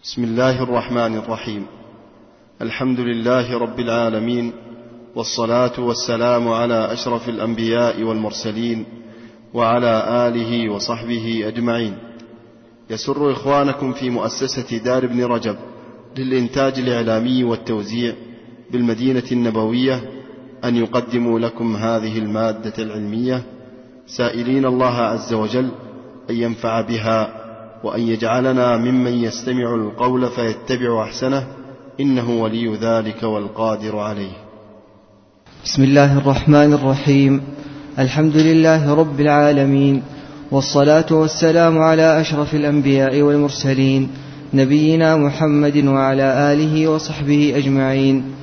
بسم الله الرحمن الرحيم. الحمد لله رب العالمين، والصلاة والسلام على أشرف الأنبياء والمرسلين وعلى آله وصحبه أجمعين. يسر إخوانكم في مؤسسة دار ابن رجب للإنتاج الإعلامي والتوزيع بالمدينة النبوية أن يقدموا لكم هذه المادة العلمية، سائلين الله عز وجل أن ينفع بها وأن يجعلنا ممن يستمع القول فيتبع أحسنه، إنه ولي ذلك والقادر عليه. بسم الله الرحمن الرحيم. الحمد لله رب العالمين، والصلاة والسلام على أشرف الأنبياء والمرسلين، نبينا محمد وعلى آله وصحبه أجمعين.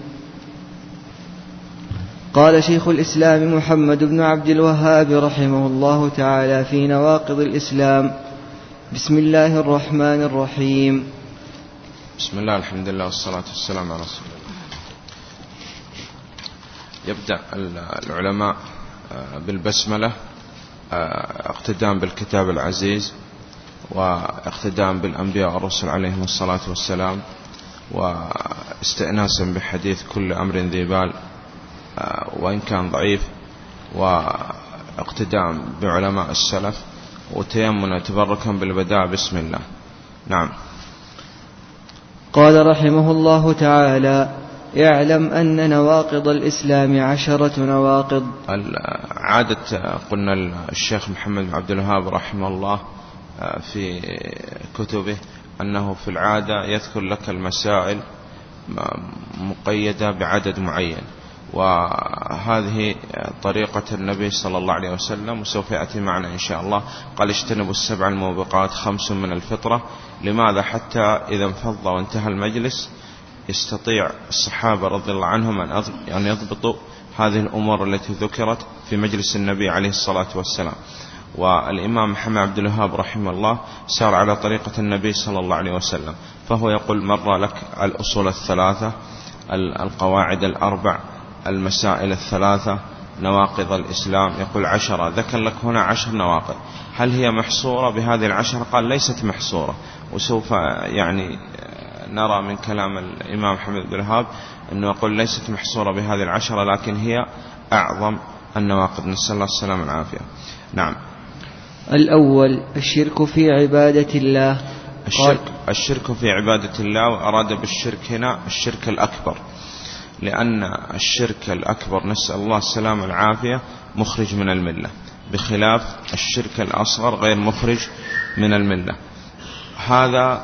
قال شيخ الإسلام محمد بن عبد الوهاب رحمه الله تعالى في نواقض الإسلام: بسم الله الرحمن الرحيم. بسم الله، الحمد لله، والصلاة والسلام على رسول الله. يبدأ العلماء بالبسملة اقتداء بالكتاب العزيز، واقتداء بالأنبياء والرسل عليهم الصلاة والسلام، واستئناسا بحديث كل أمر ذي بال وإن كان ضعيف، واقتداء بعلماء السلف، وتيمنا تبركا بالبداء بسم الله. نعم. قال رحمه الله تعالى: اعلم أن نواقض الإسلام 10 نواقض. عادة قلنا الشيخ محمد بن عبد الوهاب رحمه الله في كتبه أنه في العادة يذكر لك المسائل مقيدة بعدد معين، وهذه طريقة النبي صلى الله عليه وسلم، وسوف يأتي معنا إن شاء الله. قال: اجتنبوا 7 الموبقات 5 من الفطرة. لماذا؟ حتى إذا انفض وانتهى المجلس يستطيع الصحابة رضي الله عنهم أن يضبطوا هذه الأمور التي ذكرت في مجلس النبي عليه الصلاة والسلام. والإمام محمد عبد الوهاب رحمه الله سار على طريقة النبي صلى الله عليه وسلم، فهو يقول: مر لك الأصول 3، القواعد 4، المسائل 3، نواقض الإسلام، يقول 10. ذكر لك هنا 10 نواقض. هل هي محصورة بهذه 10؟ قال: ليست محصورة. وسوف نرى من كلام الإمام محمد بن الوهاب أنه يقول ليست محصورة بهذه 10، لكن هي أعظم النواقض، نسأل الله السلامة والعافية. نعم. الأول: الشرك في عبادة الله. الشرك في عبادة الله، وأراد بالشرك هنا الشرك الأكبر، لأن الشرك الأكبر نسأل الله السلامة والعافية مخرج من الملة، بخلاف الشرك الأصغر غير مخرج من الملة. هذا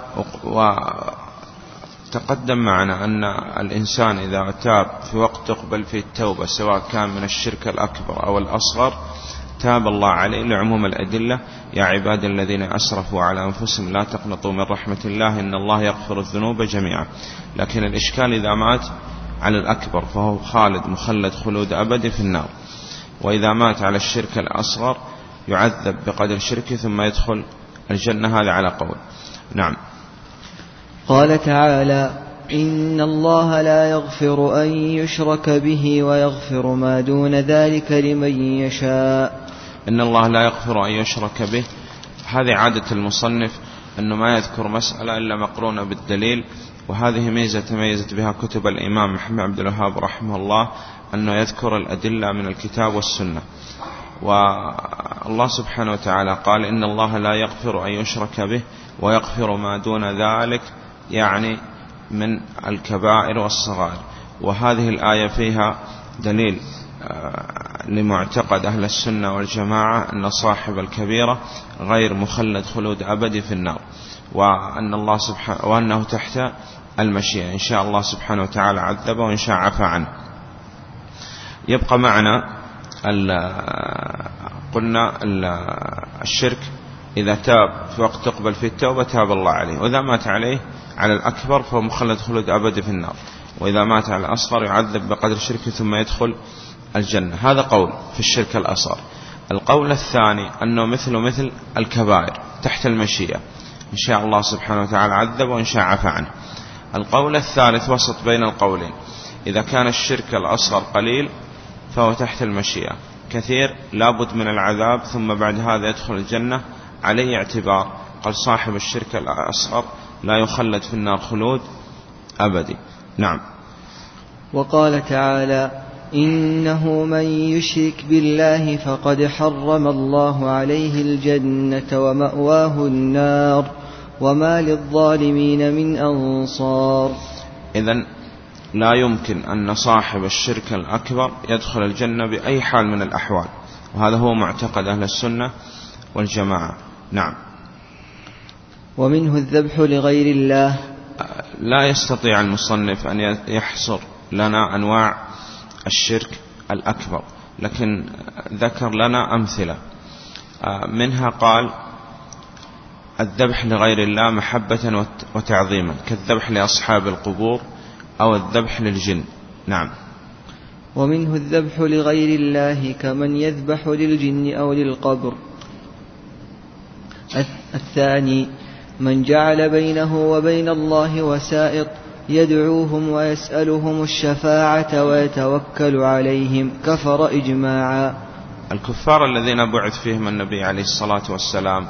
وتقدم معنا أن الإنسان إذا تاب في وقت تقبل فيه التوبة، سواء كان من الشرك الأكبر أو الأصغر، تاب الله عليه لعموم الأدلة: يا عباد الذين أسرفوا على أنفسهم لا تقنطوا من رحمة الله إن الله يغفر الذنوب جميعا. لكن الإشكال إذا مات على الأكبر فهو خالد مخلد خلود أبدي في النار، وإذا مات على الشرك الأصغر يعذب بقدر شركه ثم يدخل الجنة. هذا على قول. نعم. قال تعالى: إن الله لا يغفر أن يشرك به ويغفر ما دون ذلك لمن يشاء. إن الله لا يغفر أن يشرك به، هذه عادة المصنف أنه ما يذكر مسألة إلا مقرونة بالدليل، وهذه ميزة تميزت بها كتب الإمام محمد عبد الوهاب رحمه الله، أنه يذكر الأدلة من الكتاب والسنة. والله سبحانه وتعالى قال: إن الله لا يغفر أن يشرك به ويغفر ما دون ذلك، يعني من الكبائر والصغائر. وهذه الآية فيها دليل لمعتقد أهل السنة والجماعة أن صاحب الكبيرة غير مخلد خلود أبدي في النار، وأنه تحت المشيئة، إن شاء الله سبحانه وتعالى عذبه وإن شاء عفى عنه. يبقى معنا قلنا الشرك إذا تاب في وقت تقبل فيه التوبة تاب الله عليه، وإذا مات عليه على الأكبر فهو مخلد خلود أبدي في النار، وإذا مات على الأصغر يعذب بقدر شركه ثم يدخل الجنة. هذا قول في الشرك الأصغر. القول الثاني أنه مثل الكبائر تحت المشيئة، إن شاء الله سبحانه وتعالى عذب وإن شاء عفى عنه. القول الثالث وسط بين القولين: إذا كان الشرك الأصغر قليل فهو تحت المشيئة، كثير لابد من العذاب ثم بعد هذا يدخل الجنة، عليه اعتبار. قال: صاحب الشرك الأصغر لا يخلد في النار خلود أبدي. نعم. وقال تعالى: إنه من يشرك بالله فقد حرم الله عليه الجنة ومأواه النار وما للظالمين من أنصار. إذن لا يمكن أن صاحب الشرك الأكبر يدخل الجنة بأي حال من الأحوال، وهذا هو معتقد أهل السنة والجماعة. نعم. ومنه الذبح لغير الله. لا يستطيع المصنف أن يحصر لنا أنواع الشرك الأكبر، لكن ذكر لنا أمثلة منها. قال: الذبح لغير الله محبة وتعظيما، كالذبح لأصحاب القبور أو الذبح للجن. نعم. ومنه الذبح لغير الله كمن يذبح للجن أو للقبر. الثاني: من جعل بينه وبين الله وسائط يدعوهم ويسألهم الشفاعة ويتوكل عليهم، كفر إجماعا. الكفار الذين بعث فيهم النبي عليه الصلاة والسلام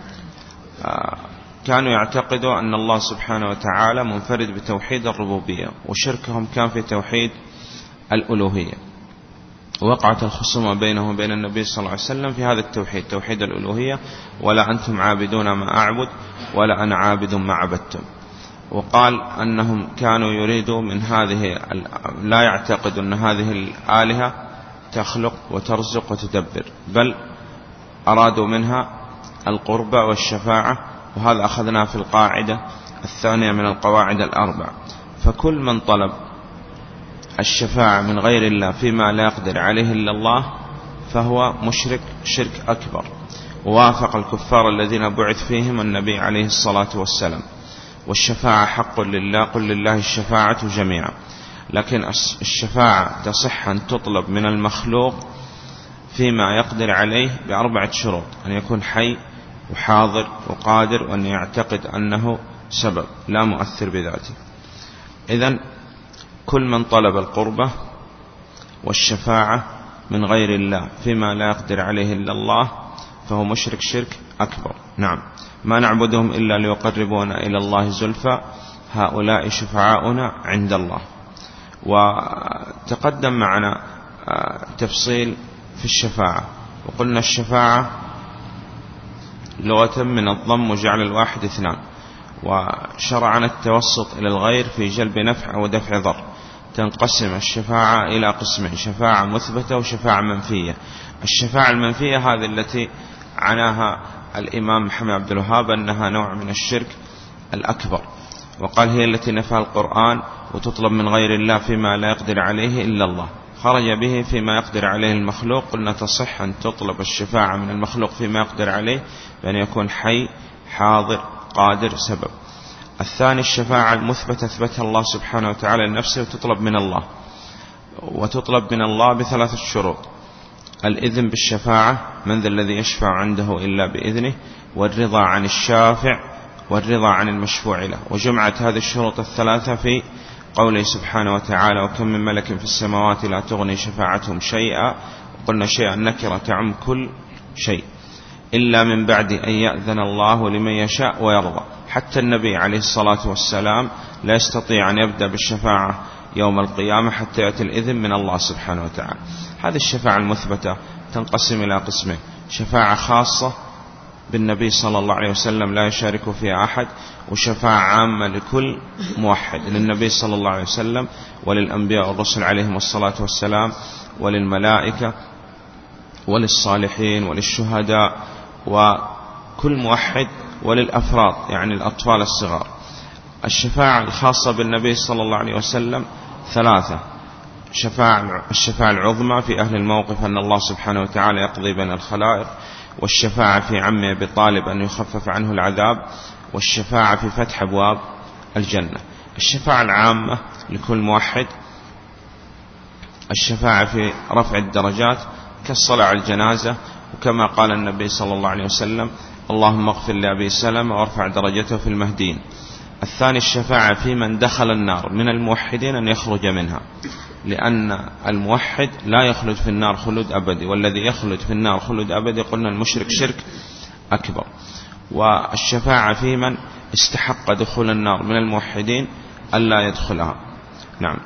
كانوا يعتقدوا أن الله سبحانه وتعالى منفرد بتوحيد الربوبية، وشركهم كان في توحيد الألوهية. وقعت الخصومة بينهم وبين النبي صلى الله عليه وسلم في هذا التوحيد، توحيد الألوهية: ولا أنتم عابدون ما أعبد ولا أنا عابد ما عبدتم. وقال أنهم كانوا يريدوا من هذه، لا يعتقد أن هذه الآلهة تخلق وترزق وتدبر، بل أرادوا منها القربة والشفاعة، وهذا أخذناه في القاعدة الثانية من القواعد الأربع. فكل من طلب الشفاعة من غير الله فيما لا يقدر عليه إلا الله فهو مشرك شرك أكبر، ووافق الكفار الذين بعث فيهم النبي عليه الصلاة والسلام. والشفاعة حق لله، قل لله الشفاعة جميعا. لكن الشفاعة تصح أن تطلب من المخلوق فيما يقدر عليه ب4 شروط: أن يكون حي وحاضر وقادر، وأن يعتقد أنه سبب لا مؤثر بذاته. إذن كل من طلب القربة والشفاعة من غير الله فيما لا يقدر عليه إلا الله فهو مشرك شرك أكبر. نعم. ما نعبدهم إلا ليقربونا إلى الله زلفى هؤلاء شفعاؤنا عند الله. وتقدم معنا تفصيل في الشفاعة، وقلنا الشفاعة لغة من الضم وجعل الواحد 2، وشرعنا التوسط إلى الغير في جلب نفع ودفع ضر. تنقسم الشفاعة إلى قسمين: شفاعة مثبتة وشفاعة منفية. الشفاعة المنفية هذه التي عناها الإمام محمد عبد الوهاب أنها نوع من الشرك الأكبر، وقال هي التي نفى القرآن وتطلب من غير الله فيما لا يقدر عليه إلا الله. خرج به فيما يقدر عليه المخلوق. قلنا تصح أن تطلب الشفاعة من المخلوق فيما يقدر عليه بأن يكون حي حاضر قادر سبب. الثاني الشفاعة المثبتة أثبتها الله سبحانه وتعالى لنفسه وتطلب من الله، وتطلب من الله ب3 شروط: الإذن بالشفاعة، من ذا الذي يشفع عنده إلا بإذنه، والرضا عن الشافع، والرضا عن المشفوع له. وجمعت هذه الشروط الثلاثة في قوله سبحانه وتعالى: وكم من ملك في السماوات لا تغني شفاعتهم شيئا. وقلنا شيئا نكرة تعم كل شيء، إلا من بعد أن يأذن الله لمن يشاء ويرضى. حتى النبي عليه الصلاة والسلام لا يستطيع أن يبدأ بالشفاعة يوم القيامة حتى يأتي الإذن من الله سبحانه وتعالى. هذه الشفاعة المثبتة تنقسم إلى قسمين: شفاعة خاصة بالنبي صلى الله عليه وسلم لا يشارك فيها أحد، وشفاعة عامة لكل موحد، للنبي صلى الله عليه وسلم وللأنبياء والرسل عليهم الصلاة والسلام وللملائكة وللصالحين وللشهداء وكل موحد، وللأفراد يعني الأطفال الصغار. الشفاعة الخاصة بالنبي صلى الله عليه وسلم 3: الشفاعة العظمى في أهل الموقف أن الله سبحانه وتعالى يقضي بين الخلائق، والشفاعة في عمه أبي طالب أن يخفف عنه العذاب، والشفاعة في فتح أبواب الجنة. الشفاعة العامة لكل موحد الشفاعة في رفع الدرجات كالصلاة على الجنازة، وكما قال النبي صلى الله عليه وسلم: اللهم اغفر لأبي سلمة وارفع درجته في المهدين. الثاني الشفاعة في من دخل النار من الموحدين أن يخرج منها، لأن الموحد لا يخلد في النار خلود أبدي، والذي يخلد في النار خلود أبدي قلنا المشرك شرك أكبر. والشفاعة في من استحق دخول النار من الموحدين ألا يدخلها. نعم.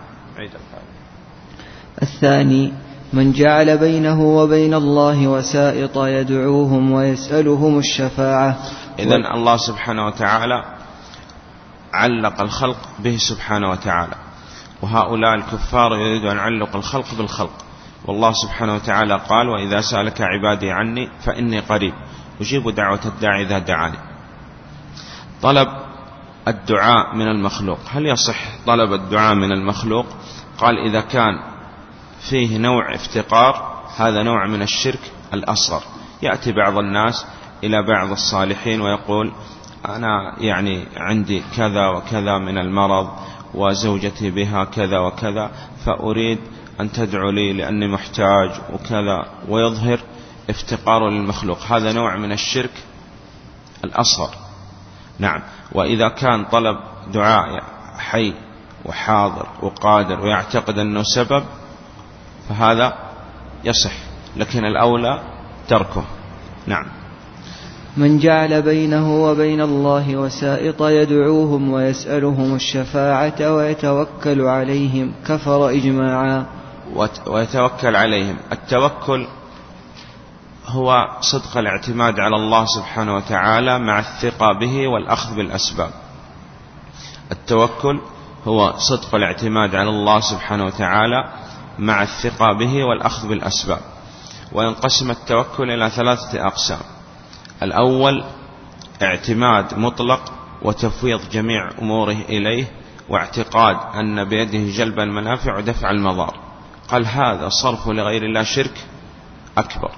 الثاني من جعل بينه وبين الله وسائط يدعوهم ويسألهم الشفاعة. إذن الله سبحانه وتعالى علق الخلق به سبحانه وتعالى، وهؤلاء الكفار يريد أن يعلق الخلق بالخلق، والله سبحانه وتعالى قال: وإذا سألك عبادي عني فإني قريب أجيب دعوة الداعي إذا دعاني. طلب الدعاء من المخلوق، هل يصح طلب الدعاء من المخلوق؟ قال: إذا كان فيه نوع افتقار هذا نوع من الشرك الأصغر. يأتي بعض الناس إلى بعض الصالحين ويقول: أنا يعني عندي كذا وكذا من المرض وزوجتي بها كذا وكذا، فأريد أن تدعو لي لأني محتاج وكذا، ويظهر افتقار للمخلوق. هذا نوع من الشرك الأصغر. نعم. وإذا كان طلب دعاء حي وحاضر وقادر ويعتقد أنه سبب فهذا يصح، لكن الأولى تركه. نعم. من جعل بينه وبين الله وسائط يدعوهم ويسألهم الشفاعة ويتوكل عليهم كفر إجماعا. ويتوكل عليهم، التوكل هو صدق الاعتماد على الله سبحانه وتعالى مع الثقة به والأخذ بالأسباب. التوكل هو صدق الاعتماد على الله سبحانه وتعالى مع الثقة به والأخذ بالأسباب. وينقسم التوكل إلى 3 أقسام. الأول اعتماد مطلق وتفويض جميع أموره إليه، واعتقاد أن بيده جلب المنافع ودفع المضار. قال: هذا صرف لغير الله شرك أكبر.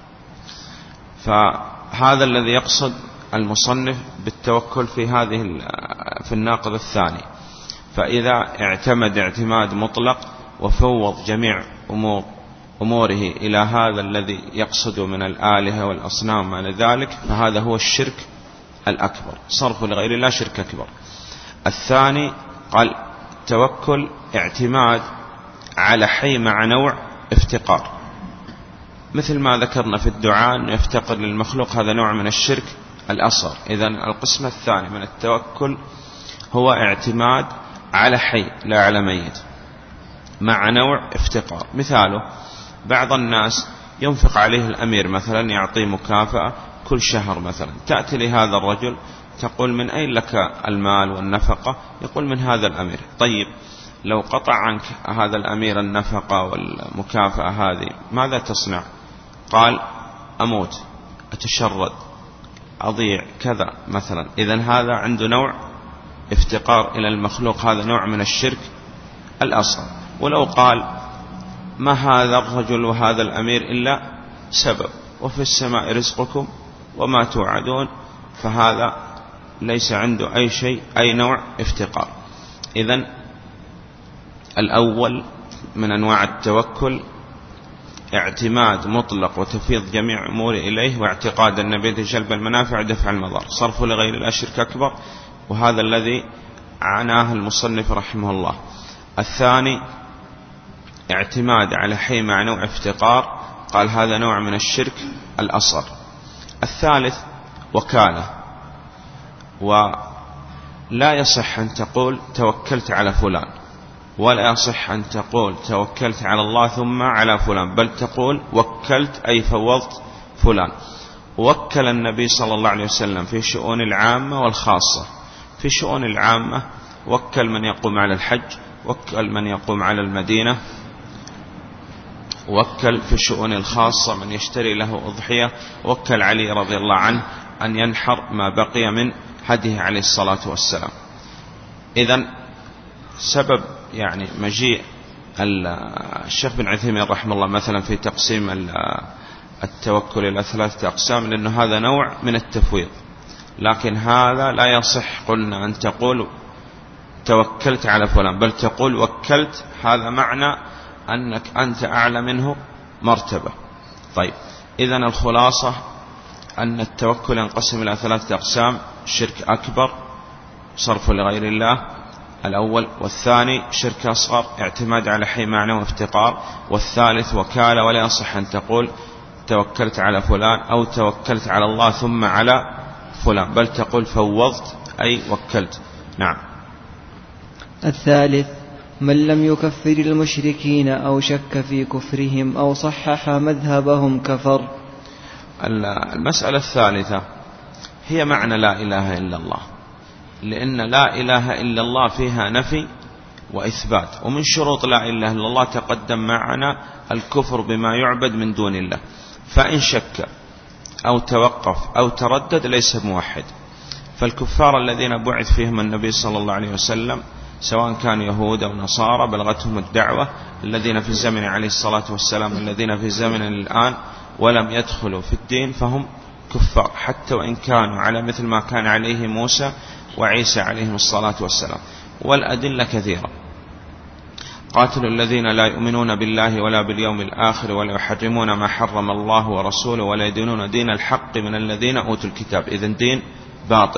فهذا الذي يقصد المصنف بالتوكل في الناقض الثاني. فإذا اعتمد اعتماد مطلق وفوض جميع أموره إلى هذا الذي يقصد من الآلهة والأصنام ما لذلك، فهذا هو الشرك الأكبر، صرف لغير الله شرك أكبر. الثاني قال: توكل اعتماد على حي مع نوع افتقار، مثل ما ذكرنا في الدعاء أنه يفتقر للمخلوق، هذا نوع من الشرك الأصغر. إذن القسم الثاني من التوكل هو اعتماد على حي لا على ميت مع نوع افتقار. مثاله: بعض الناس ينفق عليه الأمير مثلا، يعطيه مكافأة كل شهر مثلا، تأتي لهذا الرجل تقول: من أين لك المال والنفقة؟ يقول: من هذا الأمير. طيب، لو قطع عنك هذا الأمير النفقة والمكافأة هذه ماذا تصنع؟ قال: أموت، أتشرد، أضيع كذا مثلا. إذن هذا عنده نوع افتقار إلى المخلوق، هذا نوع من الشرك الأصغر. ولو قال: ما هذا الرجل وهذا الأمير إلا سبب، وفي السماء رزقكم وما توعدون، فهذا ليس عنده أي شيء، أي نوع افتقار. إذن الأول من أنواع التوكل اعتماد مطلق وتفيض جميع أمور إليه، واعتقاد أن بيده جلب المنافع ودفع المضار، صرف لغير الله شرك أكبر، وهذا الذي عناه المصنف رحمه الله. الثاني اعتماد على حي مع نوع افتقار، قال: هذا نوع من الشرك الأصغر. الثالث وكالة، ولا يصح أن تقول توكلت على فلان، ولا يصح أن تقول توكلت على الله ثم على فلان، بل تقول وكلت أي فوضت فلان. وكل النبي صلى الله عليه وسلم في شؤون العامة والخاصة. في شؤون العامة وكل من يقوم على الحج، وكل من يقوم على المدينة، وكل في الشؤون الخاصة من يشتري له أضحية، وكل علي رضي الله عنه أن ينحر ما بقي من هديه عليه الصلاة والسلام. إذن سبب يعني مجيء الشيخ بن عثيمين رحمه الله مثلا في تقسيم التوكل إلى 3 أقسام، لأنه هذا نوع من التفويض، لكن هذا لا يصح قلنا أن تقول توكلت على فلان، بل تقول وكلت، هذا معنى أنك أنت أعلى منه مرتبة. طيب، إذن الخلاصة أن التوكل ينقسم إلى 3 أقسام: شرك أكبر، صرف لغير الله الأول، والثاني شرك أصغر، اعتماد على حي معنى وافتقار، والثالث وكالة، ولا يصح أن تقول توكلت على فلان أو توكلت على الله ثم على فلان، بل تقول فوضت أي وكلت. نعم. الثالث: من لم يكفر المشركين أو شك في كفرهم أو صحح مذهبهم كفر. المسألة الثالثة هي معنى لا إله إلا الله، لأن لا إله إلا الله فيها نفي وإثبات، ومن شروط لا إله إلا الله تقدم معنا الكفر بما يعبد من دون الله، فإن شك أو توقف أو تردد ليس موحد. فالكفار الذين بعث فيهم النبي صلى الله عليه وسلم سواء كانوا يهود أو نصارى بلغتهم الدعوة، الذين في زمن عليه الصلاة والسلام الذين في زمن الآن ولم يدخلوا في الدين فهم كفار، حتى وإن كانوا على مثل ما كان عليه موسى وعيسى عليهم الصلاة والسلام. والأدلة كثيرة: قاتلوا الذين لا يؤمنون بالله ولا باليوم الآخر ولا يحرمون ما حرم الله ورسوله ولا يدينون دين الحق من الذين أوتوا الكتاب. إذن دين باطل.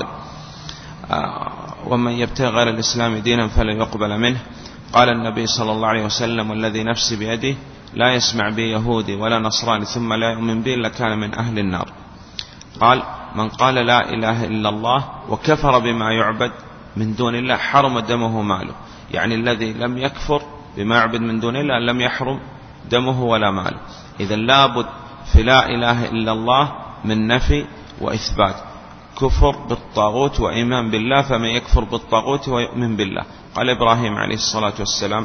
ومن يبتغي غير الإسلام دينا فلا يقبل منه. قال النبي صلى الله عليه وسلم: والذي نفسي بيده لا يسمع بي يهودي ولا نصراني ثم لا يؤمن بي لكان من أهل النار. قال: من قال لا إله إلا الله وكفر بما يعبد من دون الله حرم دمه ماله. يعني الذي لم يكفر بما يعبد من دون الله لم يحرم دمه ولا ماله. إذا لابد في لا إله إلا الله من نفي وإثبات، كفر بالطاغوت وإيمان بالله، فمن يكفر بالطاغوت ويؤمن بالله. قال إبراهيم عليه الصلاة والسلام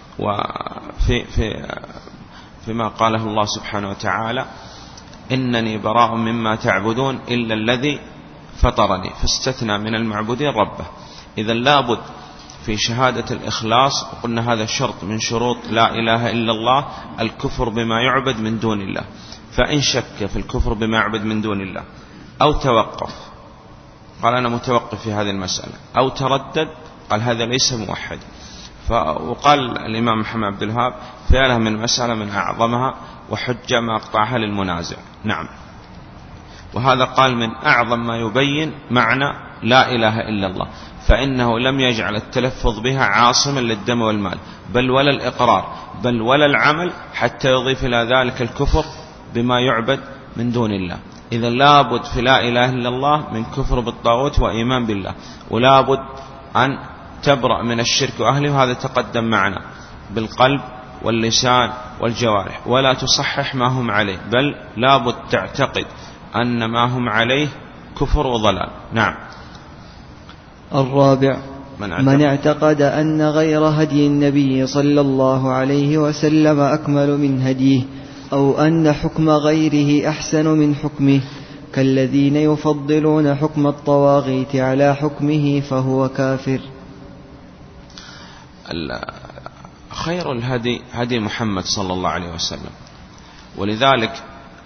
فيما قاله الله سبحانه وتعالى: إنني براء مما تعبدون إلا الذي فطرني، فاستثنى من المعبودين ربه. إذا لابد في شهادة الإخلاص، وقلنا هذا شرط من شروط لا إله إلا الله، الكفر بما يعبد من دون الله. فإن شك في الكفر بما يعبد من دون الله أو توقف، قال أنا متوقف في هذه المسألة، أو تردد، قال هذا ليس موحد. وقال الإمام محمد عبد الوهاب: فعلها من مسألة من أعظمها وحجة ما أقطعها للمنازع. نعم. وهذا قال من أعظم ما يبين معنى لا إله إلا الله، فإنه لم يجعل التلفظ بها عاصما للدم والمال، بل ولا الإقرار، بل ولا العمل، حتى يضيف إلى ذلك الكفر بما يعبد من دون الله. إذا لابد في لا إله إلا الله من كفر بالطاغوت وإيمان بالله، ولابد أن تبرأ من الشرك وأهله، وهذا تقدم معنا بالقلب واللسان والجوارح، ولا تصحح ما هم عليه، بل لابد تعتقد أن ما هم عليه كفر وضلال. نعم. الرابع: من اعتقد أن غير هدي النبي صلى الله عليه وسلم أكمل من هديه، أو أن حكم غيره أحسن من حكمه، كالذين يفضلون حكم الطواغيت على حكمه، فهو كافر. خير الهدي هدي محمد صلى الله عليه وسلم، ولذلك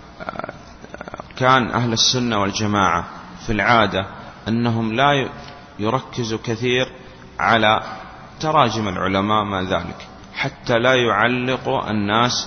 كان أهل السنة والجماعة في العادة أنهم لا يركزوا كثير على تراجم العلماء ما ذلك، حتى لا يعلق الناس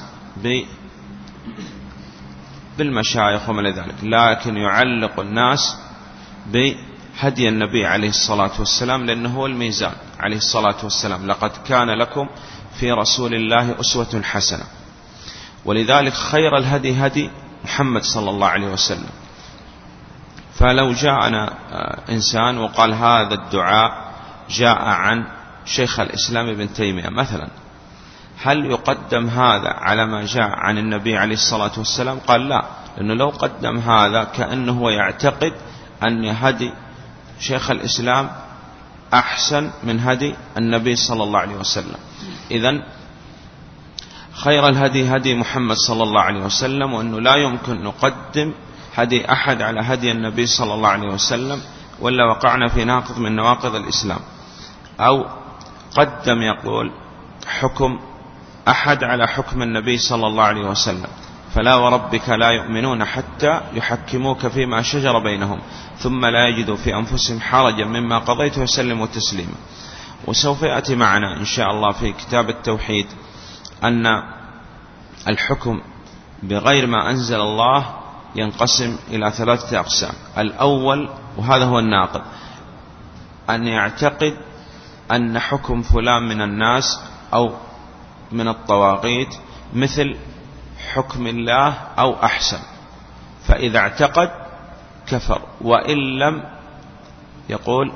بالمشايخ وما ذلك، لكن يعلق الناس بهدي النبي عليه الصلاة والسلام، لأنه هو الميزان عليه الصلاة والسلام: لقد كان لكم في رسول الله أسوة حسنة. ولذلك خير الهدي هدي محمد صلى الله عليه وسلم. فلو جاءنا إنسان وقال هذا الدعاء جاء عن شيخ الإسلام ابن تيمية مثلا، هل يقدم هذا على ما جاء عن النبي عليه الصلاة والسلام؟ قال لا، لأنه لو قدم هذا كأنه يعتقد أن هدي شيخ الإسلام أحسن من هدي النبي صلى الله عليه وسلم. إذن خير الهدي هدي محمد صلى الله عليه وسلم، وأنه لا يمكن نقدم هدي أحد على هدي النبي صلى الله عليه وسلم، ولا وقعنا في ناقض من نواقض الإسلام. أو قدم يقول حكم أحد على حكم النبي صلى الله عليه وسلم: فلا وربك لا يؤمنون حتى يحكموك فيما شجر بينهم ثم لا يجدوا في أنفسهم حرجا مما قضيت ويسلموا تسليما. وسوف يأتي معنا إن شاء الله في كتاب التوحيد أن الحكم بغير ما أنزل الله ينقسم إلى 3 أقسام. الأول، وهذا هو الناقض، أن يعتقد أن حكم فلان من الناس أو من الطواغيت مثل حكم الله أو أحسن، فإذا اعتقد كفر، وإن لم يقول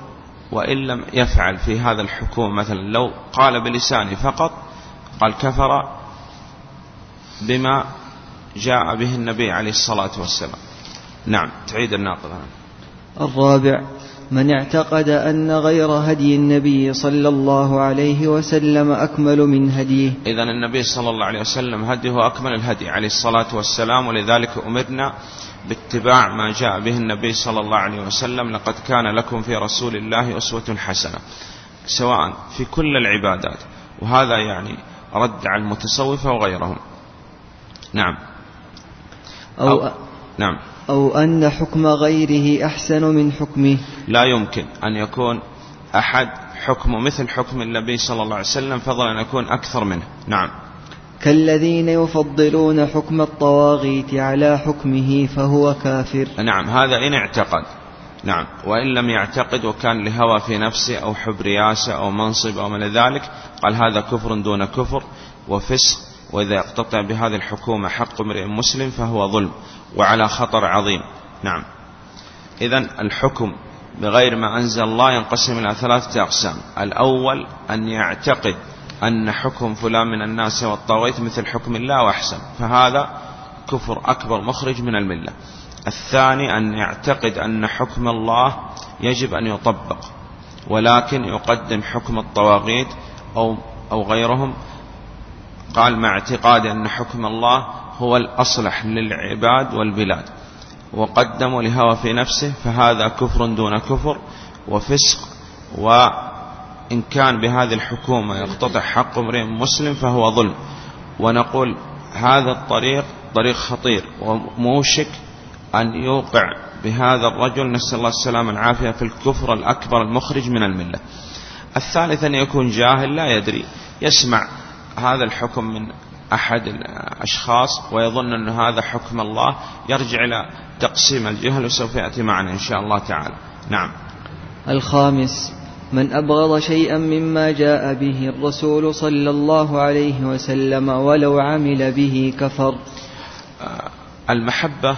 وإن لم يفعل في هذا الحكم، مثلا لو قال بلسانه فقط قال كفر بما جاء به النبي عليه الصلاة والسلام. نعم. تعيد الناقض. الرابع: من اعتقد أن غير هدي النبي صلى الله عليه وسلم أكمل من هديه. إذن النبي صلى الله عليه وسلم هديه أكمل الهدي عليه الصلاة والسلام، ولذلك أمرنا باتباع ما جاء به النبي صلى الله عليه وسلم: لقد كان لكم في رسول الله أسوة حسنة، سواء في كل العبادات. وهذا يعني رد على المتصوفة وغيرهم. نعم. نعم. أو أن حكم غيره أحسن من حكمه. لا يمكن أن يكون أحد حكمه مثل حكم النبي صلى الله عليه وسلم، فضلا أن يكون أكثر منه. نعم. كالذين يفضلون حكم الطواغيت على حكمه فهو كافر. نعم. هذا إن اعتقد. نعم. وإن لم يعتقد وكان لهوى في نفسه أو حب رياسة أو منصب أو من ذلك، قال هذا كفر دون كفر وفسق، وإذا يقتطع بهذه الحكومة حق امرئ مسلم فهو ظلم وعلى خطر عظيم. نعم. إذن الحكم بغير ما أنزل الله ينقسم إلى 3 أقسام: الأول أن يعتقد أن حكم فلان من الناس والطاغوت مثل حكم الله وأحسن، فهذا كفر أكبر مخرج من الملة. الثاني أن يعتقد أن حكم الله يجب أن يطبق، ولكن يقدم حكم الطواغيت أو غيرهم، قال مع اعتقاد أن حكم الله هو الأصلح للعباد والبلاد، وقدموا لهوى في نفسه، فهذا كفر دون كفر وفسق، وإن كان بهذه الحكومة يقتطع حق امرئ مسلم فهو ظلم. ونقول هذا الطريق طريق خطير وموشك أن يوقع بهذا الرجل، نسأل الله السلامة والعافية، في الكفر الأكبر المخرج من الملة. الثالث أن يكون جاهل لا يدري، يسمع هذا الحكم من أحد الأشخاص ويظن أن هذا حكم الله، يرجع إلى تقسيم الجهل، وسوف يأتي معنا إن شاء الله تعالى. نعم. الخامس: من أبغض شيئا مما جاء به الرسول صلى الله عليه وسلم ولو عمل به كفر. المحبة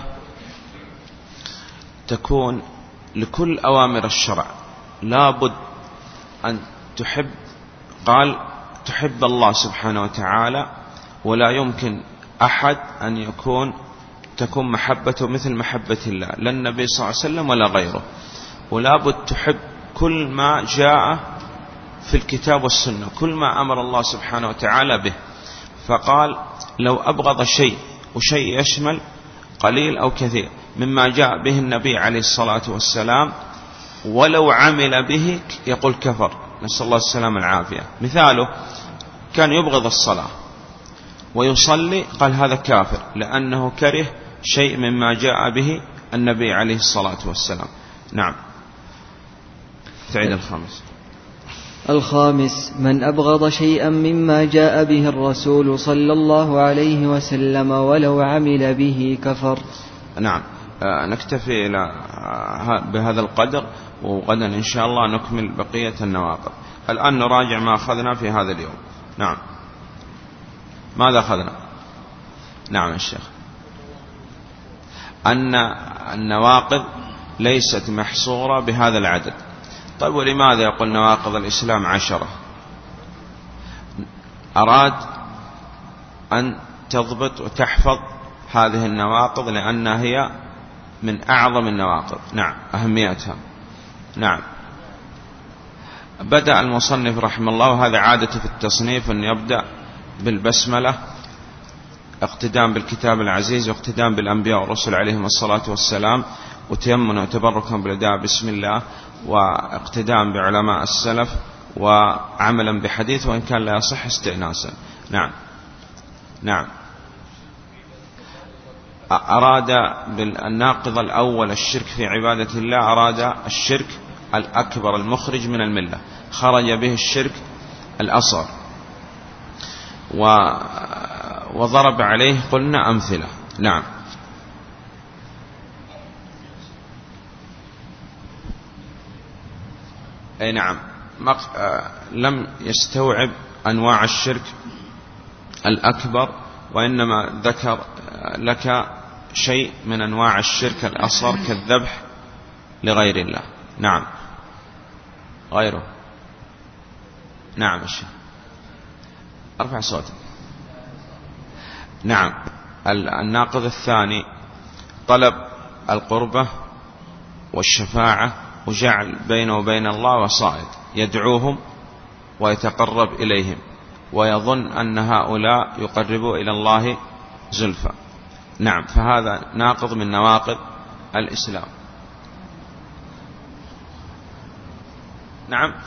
تكون لكل أوامر الشرع، لا بد أن تحب، قال تحب الله سبحانه وتعالى، ولا يمكن أحد أن تكون محبته مثل محبة الله، لا النبي صلى الله عليه وسلم ولا غيره. ولا بد تحب كل ما جاء في الكتاب والسنة، كل ما أمر الله سبحانه وتعالى به. فقال لو أبغض شيء، وشيء يشمل قليل أو كثير مما جاء به النبي عليه الصلاة والسلام، ولو عمل به يقول كفر، نسأل الله السلامة والعافية. مثاله كان يبغض الصلاة ويصلي، قال هذا كافر لأنه كره شيء مما جاء به النبي عليه الصلاة والسلام. نعم. تعيد الخامس. الخامس: من أبغض شيئا مما جاء به الرسول صلى الله عليه وسلم ولو عمل به كفر. نعم. نكتفي بهذا القدر، وغدا إن شاء الله نكمل بقية النواقض. الآن نراجع ما أخذنا في هذا اليوم. نعم. ماذا أخذنا؟ نعم الشيخ. أن النواقض ليست محصورة بهذا العدد. طيب ولماذا يقول نواقض الإسلام 10؟ أراد أن تضبط وتحفظ هذه النواقض لأنها هي من أعظم النواقض. نعم. أهميتها. نعم. بدأ المصنف رحمه الله، وهذا عادة في التصنيف، أن يبدأ بالبسملة اقتداء بالكتاب العزيز واقتداء بالأنبياء والرسل عليهم الصلاة والسلام، وتيمنا وتبركا بالأداء بسم الله، واقتداء بعلماء السلف، وعملا بحديث وإن كان لا يصح استئناسا. نعم. نعم. أراد بالناقض الأول الشرك في عبادة الله، أراد الشرك الأكبر المخرج من الملة، خرج به الشرك الأصغر، وضرب عليه قلنا أمثلة. نعم. أي نعم. لم يستوعب أنواع الشرك الأكبر، وإنما ذكر لك شيء من أنواع الشرك الأصغر كالذبح لغير الله. نعم. غيره. نعم الشيخ ارفع صوتك. نعم الناقض الثاني طلب القربة والشفاعة وجعل بينه وبين الله وسائط يدعوهم ويتقرب إليهم ويظن أن هؤلاء يقربوا إلى الله زلفى. نعم فهذا ناقض من نواقض الإسلام. نعم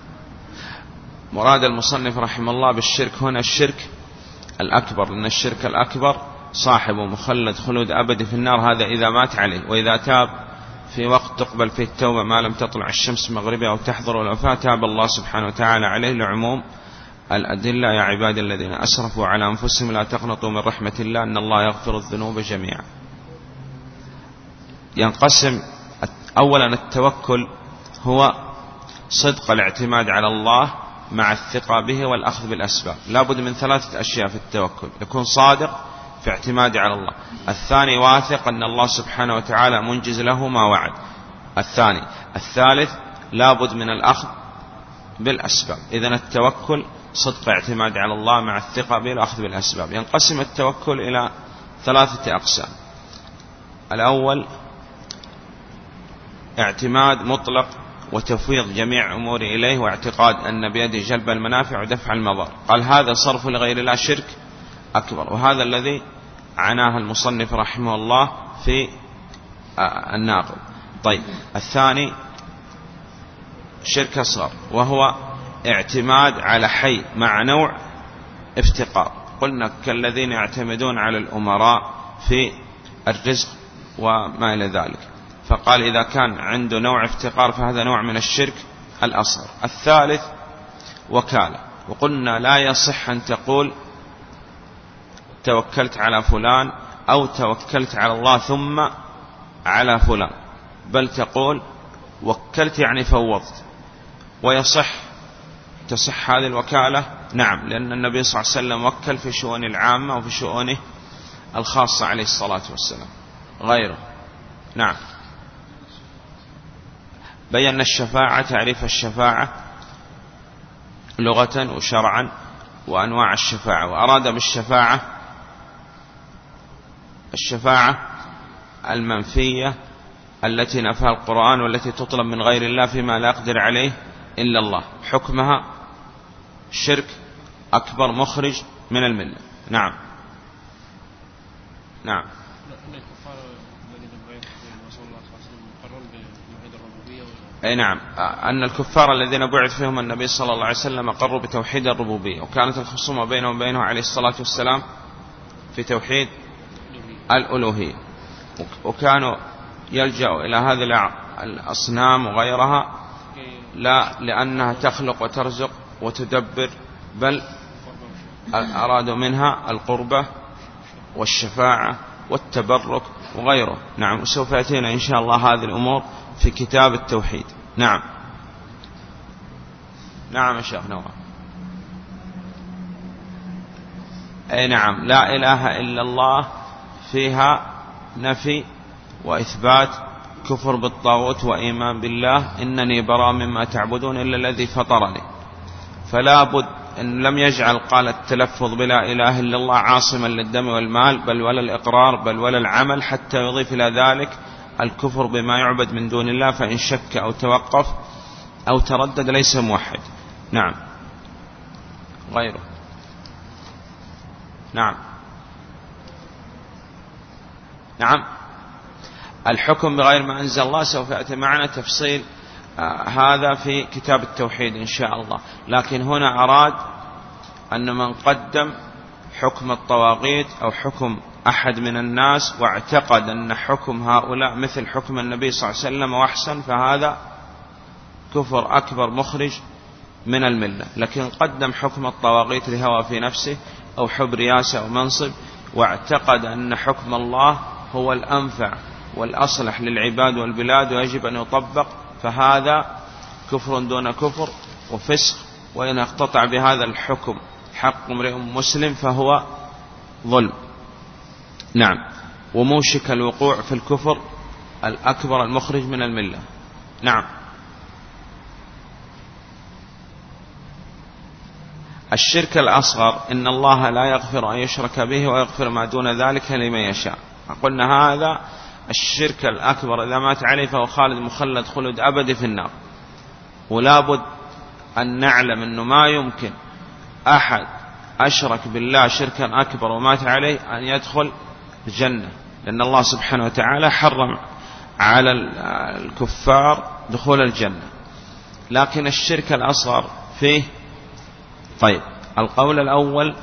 مراد المصنف رحمه الله بالشرك هنا الشرك الأكبر، لأن الشرك الأكبر صاحبه مخلد خلود أبدي في النار، هذا إذا مات عليه. وإذا تاب في وقت تقبل فيه التوبة ما لم تطلع الشمس مغربها أو تحضر الوفاة تاب الله سبحانه وتعالى عليه لعموم الأدلة. يا عبادي الذين أسرفوا على أنفسهم لا تقنطوا من رحمة الله إن الله يغفر الذنوب جميعا. ينقسم أولا التوكل هو صدق الاعتماد على الله مع الثقة به والأخذ بالأسباب. لا بد من ثلاثة أشياء في التوكل: يكون صادق في اعتماده على الله، الثاني واثق أن الله سبحانه وتعالى منجز له ما وعد، الثالث لا بد من الأخذ بالأسباب. إذن التوكل صدق اعتماد على الله مع الثقة به والأخذ بالأسباب. ينقسم التوكل إلى ثلاثة أقسام: الأول اعتماد مطلق وتفويض جميع أمور إليه واعتقاد أن بيده جلب المنافع ودفع المضار، قال هذا صرف لغير الله شرك أكبر، وهذا الذي عناه المصنف رحمه الله في الناقض. طيب الثاني شرك أصغر وهو اعتماد على حي مع نوع افتقار، قلنا كالذين يعتمدون على الأمراء في الرزق وما إلى ذلك، فقال إذا كان عنده نوع افتقار فهذا نوع من الشرك الأصغر. الثالث وكالة، وقلنا لا يصح أن تقول توكلت على فلان أو توكلت على الله ثم على فلان، بل تقول وكلت يعني فوضت، تصح هذه الوكالة. نعم لأن النبي صلى الله عليه وسلم وكل في شؤون العامة وفي شؤونه الخاصة عليه الصلاة والسلام غيره. نعم بيّن الشفاعة، تعريف الشفاعة لغة وشرعا وأنواع الشفاعة، وأراد بالشفاعة الشفاعة المنفية التي نفاها القرآن والتي تطلب من غير الله فيما لا يقدر عليه إلا الله، حكمها شرك أكبر مخرج من الملة. نعم نعم أي نعم أن الكفار الذين بعث فيهم النبي صلى الله عليه وسلم قروا بتوحيد الربوبية، وكانت الخصومة بينهم وبينه عليه الصلاة والسلام في توحيد الألوهية، وكانوا يلجأوا إلى هذه الأصنام وغيرها لا لأنها تخلق وترزق وتدبر، بل أرادوا منها القربة والشفاعة والتبرك وغيره. نعم وسوف يأتينا إن شاء الله هذه الأمور في كتاب التوحيد. نعم نعم يا شيخ نوى. أي نعم لا إله إلا الله فيها نفي وإثبات، كفر بالطاغوت وإيمان بالله، إنني براء مما تعبدون إلا الذي فطرني. فلا بد أن لم يجعل قال التلفظ بلا إله إلا الله عاصما للدم والمال بل ولا الإقرار بل ولا العمل، حتى يضيف إلى ذلك الكفر بما يعبد من دون الله، فإن شك أو توقف أو تردد ليس موحد. نعم غيره. نعم نعم الحكم بغير ما أنزل الله سوف يأتي معنا تفصيل هذا في كتاب التوحيد إن شاء الله، لكن هنا أراد أن من قدم حكم الطواغيت أو حكم أحد من الناس واعتقد أن حكم هؤلاء مثل حكم النبي صلى الله عليه وسلم وأحسن، فهذا كفر أكبر مخرج من الملة. لكن قدم حكم الطواغيت لهوى في نفسه أو حب رياسة أو منصب واعتقد أن حكم الله هو الأنفع والأصلح للعباد والبلاد ويجب أن يطبق، فهذا كفر دون كفر وفسق، وإن اقتطع بهذا الحكم حق امرئ مسلم فهو ظلم. نعم وموشك الوقوع في الكفر الأكبر المخرج من الملة. نعم الشرك الأصغر إن الله لا يغفر أن يشرك به ويغفر ما دون ذلك لمن يشاء. قلنا هذا الشرك الأكبر إذا مات عليه فهو خالد مخلد خلد أبدي في النار. ولا بد أن نعلم أنه ما يمكن أحد أشرك بالله شركا أكبر ومات عليه أن يدخل الجنة، لأن الله سبحانه وتعالى حرم على الكفار دخول الجنة. لكن الشرك الأصغر فيه طيب القول الأول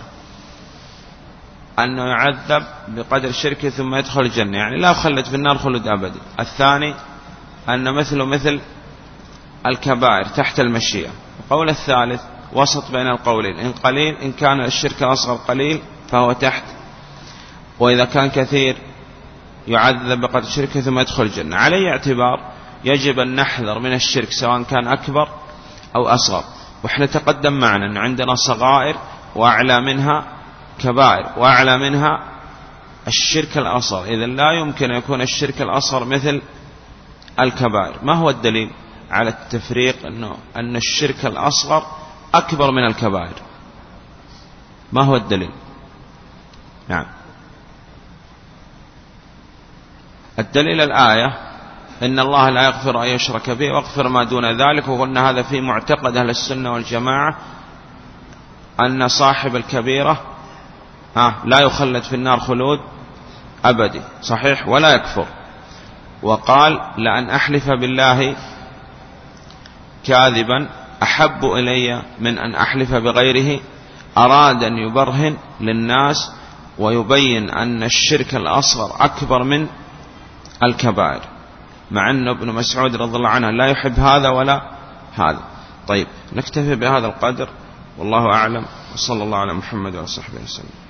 أنه يعذب بقدر شركه ثم يدخل الجنة، يعني لا يخلد في النار خلد أبدي. الثاني أن مثل الكبائر تحت المشيئة. القول الثالث وسط بين القولين، إن قليل إن كان الشرك الأصغر قليل فهو تحت، وإذا كان كثير يعذب بقدر شركه ثم يدخل الجنة. على أي اعتبار يجب أن نحذر من الشرك سواء كان أكبر أو أصغر. وإحنا تقدم معنا أن عندنا صغائر وأعلى منها كبائر وأعلى منها الشرك الأصغر، إذن لا يمكن أن يكون الشرك الأصغر مثل الكبائر. ما هو الدليل على التفريق أن الشرك الأصغر أكبر من الكبائر؟ ما هو الدليل؟ نعم، الدليل الآية إن الله لا يغفر أن يشرك به ويغفر ما دون ذلك. وقلنا هذا في معتقد أهل السنة والجماعة أن صاحب الكبيرة لا يخلد في النار خلود أبدي، صحيح، ولا يكفر. وقال لأن أحلف بالله كاذبا أحب إلي من أن أحلف بغيره. أراد أن يبرهن للناس ويبين أن الشرك الأصغر أكبر من الكبائر، مع أن ابن مسعود رضي الله عنه لا يحب هذا ولا هذا. طيب نكتفي بهذا القدر والله أعلم، وصلى الله على محمد وصحبه وسلم.